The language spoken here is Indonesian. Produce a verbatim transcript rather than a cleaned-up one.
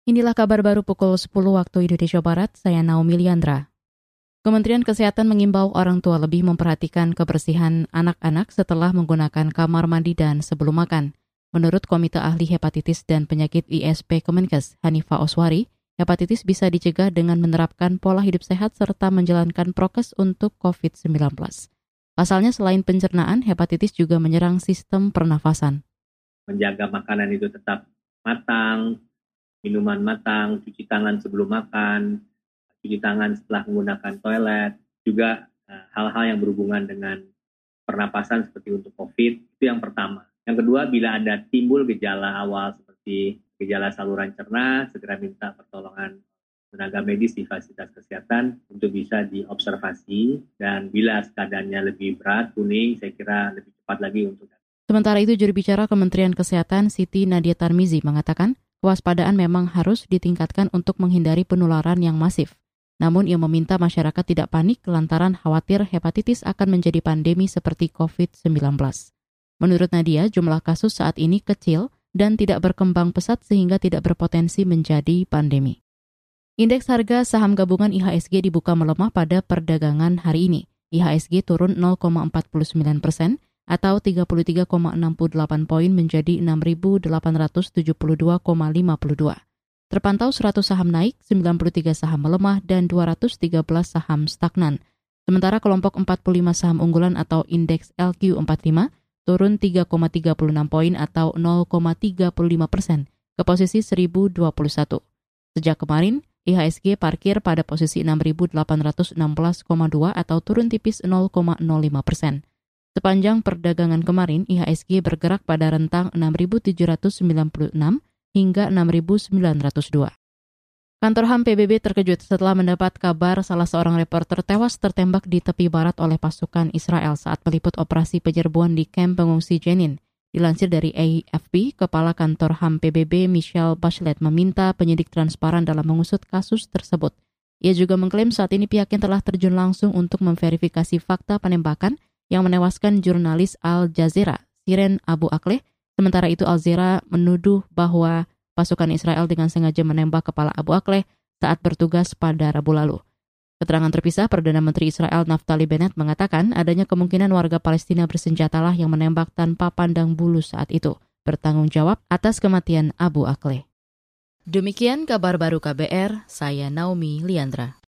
Inilah kabar baru pukul sepuluh waktu Indonesia Barat, saya Naomi Liandra. Kementerian Kesehatan mengimbau orang tua lebih memperhatikan kebersihan anak-anak setelah menggunakan kamar mandi dan sebelum makan. Menurut Komite Ahli Hepatitis dan Penyakit I S P Kemenkes, Hanifah Oswari, hepatitis bisa dicegah dengan menerapkan pola hidup sehat serta menjalankan prokes untuk covid sembilan belas. Pasalnya selain pencernaan, hepatitis juga menyerang sistem pernafasan. Menjaga makanan itu tetap matang, minuman matang, cuci tangan sebelum makan, cuci tangan setelah menggunakan toilet, juga uh, hal-hal yang berhubungan dengan pernapasan seperti untuk COVID, itu yang pertama. Yang kedua, bila ada timbul gejala awal seperti gejala saluran cerna, segera minta pertolongan tenaga medis di fasilitas kesehatan untuk bisa diobservasi, dan bila keadaannya lebih berat, kuning, saya kira lebih cepat lagi untuk. Sementara itu, juru bicara Kementerian Kesehatan Siti Nadia Tarmizi mengatakan, kewaspadaan memang harus ditingkatkan untuk menghindari penularan yang masif. Namun ia meminta masyarakat tidak panik lantaran khawatir hepatitis akan menjadi pandemi seperti covid sembilan belas. Menurut Nadia, jumlah kasus saat ini kecil dan tidak berkembang pesat sehingga tidak berpotensi menjadi pandemi. Indeks harga saham gabungan I H S G dibuka melemah pada perdagangan hari ini. I H S G turun nol koma empat sembilan persen atau tiga puluh tiga koma enam delapan poin menjadi enam ribu delapan ratus tujuh puluh dua koma lima dua. Terpantau seratus saham naik, sembilan puluh tiga saham melemah, dan dua ratus tiga belas saham stagnan. Sementara kelompok empat puluh lima saham unggulan atau indeks L Q empat puluh lima turun tiga koma tiga enam poin atau nol koma tiga lima persen ke posisi seribu dua puluh satu. Sejak kemarin, I H S G parkir pada posisi enam ribu delapan ratus enam belas koma dua atau turun tipis nol koma nol lima persen. Sepanjang perdagangan kemarin, I H S G bergerak pada rentang enam ribu tujuh ratus sembilan puluh enam hingga enam ribu sembilan ratus dua. Kantor H A M P B B terkejut setelah mendapat kabar salah seorang reporter tewas tertembak di tepi barat oleh pasukan Israel saat meliput operasi penyerbuan di kamp pengungsi Jenin. Dilansir dari A F P, Kepala Kantor H A M P B B Michelle Bachelet meminta penyidik transparan dalam mengusut kasus tersebut. Ia juga mengklaim saat ini pihaknya telah terjun langsung untuk memverifikasi fakta penembakan yang menewaskan jurnalis Al Jazeera, Shirin Abu Akleh. Sementara itu Al Jazeera menuduh bahwa pasukan Israel dengan sengaja menembak kepala Abu Akleh saat bertugas pada Rabu lalu. Keterangan terpisah, Perdana Menteri Israel Naftali Bennett mengatakan adanya kemungkinan warga Palestina bersenjatalah yang menembak tanpa pandang bulu saat itu, bertanggung jawab atas kematian Abu Akleh. Demikian kabar baru K B R, saya Naomi Liandra.